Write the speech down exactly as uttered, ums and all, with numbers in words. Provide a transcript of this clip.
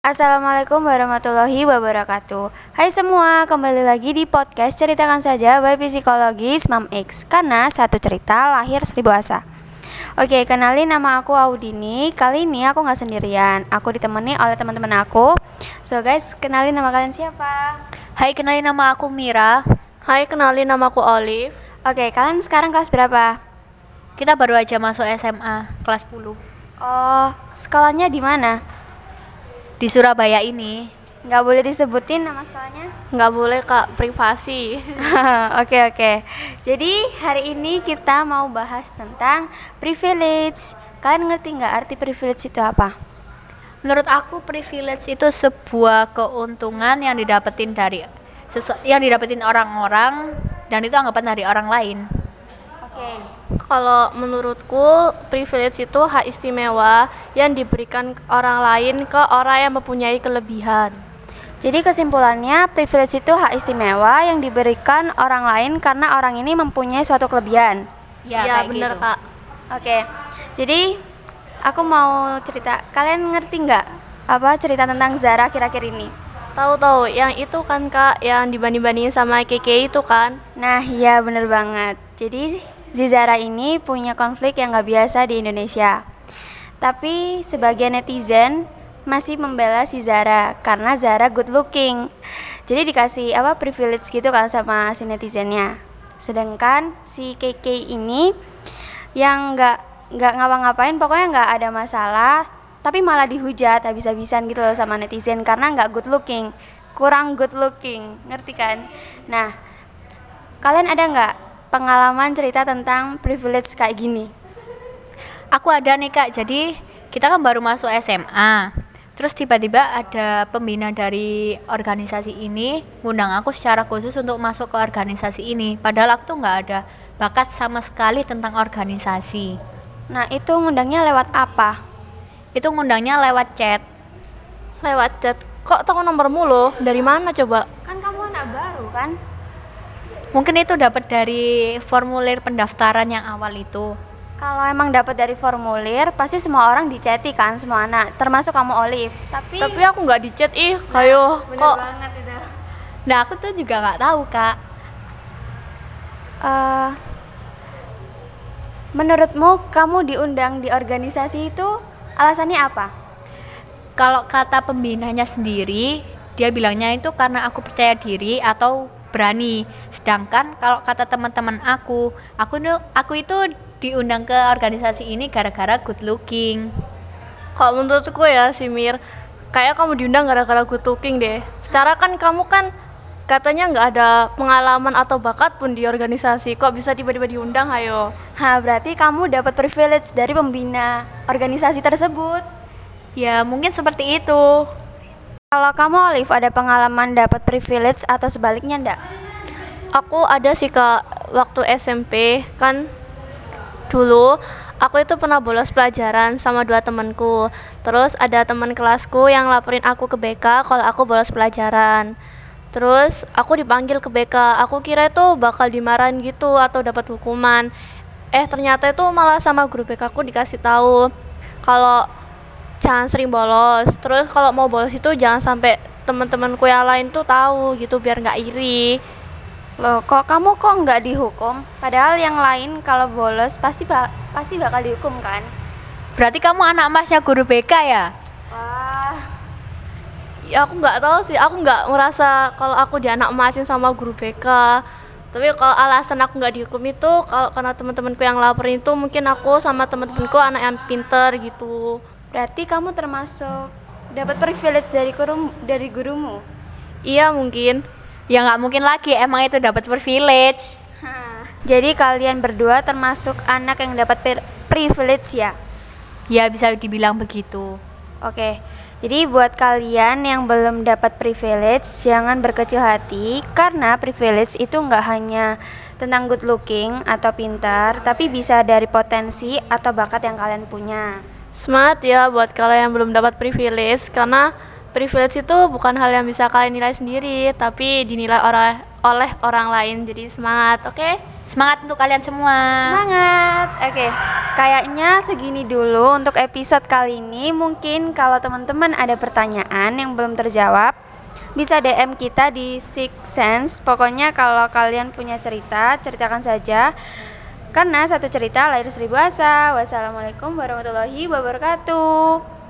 Assalamualaikum warahmatullahi wabarakatuh. Hai semua, kembali lagi di podcast Ceritakan Saja by Psikologis Mam X. Karena satu cerita lahir seribu asa. Oke, kenalin, nama aku Audini. Kali ini aku gak sendirian, aku ditemani oleh teman-teman aku. So guys, kenalin nama kalian siapa? Hai, kenalin nama aku Mira. Hai, kenalin nama aku Olive. Oke, kalian sekarang kelas berapa? Kita baru aja masuk S M A kelas sepuluh Oh, sekolahnya di mana? di Surabaya ini. Gak boleh disebutin nama sekolahnya? Nggak boleh kak, privasi. Oke oke. Jadi hari ini kita mau bahas tentang privilege. Kalian ngerti nggak arti privilege itu apa? Menurut aku privilege itu sebuah keuntungan yang didapetin dari sesu- yang didapetin orang-orang dan itu anggapan dari orang lain. Oke. Kalau menurutku, privilege itu hak istimewa yang diberikan orang lain ke orang yang mempunyai kelebihan. Jadi kesimpulannya, privilege itu hak istimewa yang diberikan orang lain karena orang ini mempunyai suatu kelebihan. Ya, Ya, kayak bener gitu. kak. Oke. Jadi aku mau cerita. Kalian ngerti nggak apa cerita tentang Zara akhir-akhir ini? Tahu-tahu yang itu kan kak, yang dibanding-bandingin sama Keke itu kan. Nah, iya bener banget. Jadi si Zara ini punya konflik yang gak biasa di Indonesia. Tapi sebagian netizen masih membela si Zara karena Zara good looking. Jadi dikasih apa privilege gitu kan sama si netizennya. Sedangkan si Keke ini yang gak, gak ngapa-ngapain, pokoknya gak ada masalah, tapi malah dihujat habis-habisan gitu loh sama netizen karena gak good looking, kurang good looking, ngerti kan? Nah, kalian ada nggak pengalaman cerita tentang privilege kayak gini? Aku ada nih Kak. Jadi kita kan baru masuk S M A. Terus tiba-tiba ada pembina dari organisasi ini ngundang aku secara khusus untuk masuk ke organisasi ini. Padahal aku tuh nggak ada bakat sama sekali tentang organisasi. Nah, itu ngundangnya lewat apa? Itu ngundangnya lewat chat. Lewat chat. Kok tahu nomormu loh? Dari mana coba? Kan kamu anak baru kan? Mungkin itu dapat dari formulir pendaftaran yang awal itu. Kalau emang dapat dari formulir, pasti semua orang diceti kan, semua anak, termasuk kamu Olive. Tapi, Tapi aku nggak di chat ih, kayo bener kok. banget itu. Nah aku tuh juga nggak tahu Kak. Eh, menurutmu kamu diundang di organisasi itu alasannya apa? Kalau kata pembinanya sendiri, dia bilangnya itu karena aku percaya diri atau berani. Sedangkan kalau kata teman-teman aku, aku nu- aku itu diundang ke organisasi ini gara-gara good looking. Kalau menurutku ya si Mir, kayak kamu diundang gara-gara good looking deh. Secara kan kamu kan katanya nggak ada pengalaman atau bakat pun di organisasi, kok bisa tiba-tiba diundang, ayo. Ha, berarti kamu dapat privilege dari pembina organisasi tersebut. Ya mungkin seperti itu. Kalau kamu Olive ada pengalaman dapat privilege atau sebaliknya ndak? Aku ada sih kak, waktu S M P kan dulu aku itu pernah bolos pelajaran sama dua temanku. Terus ada teman kelasku yang laporin aku ke B K kalau aku bolos pelajaran. Terus aku dipanggil ke B K, aku kira itu bakal dimarahin gitu atau dapat hukuman. Eh ternyata itu malah sama guru B K aku dikasih tahu kalau jangan sering bolos. Terus kalau mau bolos itu jangan sampai teman-temanku yang lain tuh tahu gitu biar nggak iri. Loh, kok kamu kok nggak dihukum? Padahal yang lain kalau bolos pasti ba- pasti bakal dihukum kan? Berarti kamu anak emasnya guru B K ya? Wah, Ya aku nggak tahu sih, aku nggak merasa kalau aku di anak emasin sama guru B K. Tapi kalau alasan aku nggak dihukum itu kalau karena teman-temanku yang laporin itu mungkin aku sama teman-temanku anak yang pinter gitu. berarti kamu termasuk dapat privilege dari guru dari gurumu. Iya mungkin. Ya nggak mungkin lagi, emang itu dapat privilege. Jadi kalian berdua termasuk anak yang dapat per- privilege ya? Ya bisa dibilang begitu. Oke. Jadi buat kalian yang belum dapat privilege, jangan berkecil hati karena privilege itu nggak hanya tentang good looking atau pintar, tapi bisa dari potensi atau bakat yang kalian punya. Semangat ya buat kalian yang belum dapat privilege, karena privilege itu bukan hal yang bisa kalian nilai sendiri, tapi dinilai oleh oleh orang lain. Jadi semangat, oke? Semangat untuk kalian semua. Semangat. Oke, kayaknya segini dulu untuk episode kali ini. Mungkin kalau teman-teman ada pertanyaan yang belum terjawab, bisa D M kita di Six Sense. Pokoknya kalau kalian punya cerita, ceritakan saja. Karena satu cerita lahir seribu asa. Wassalamualaikum warahmatullahi wabarakatuh.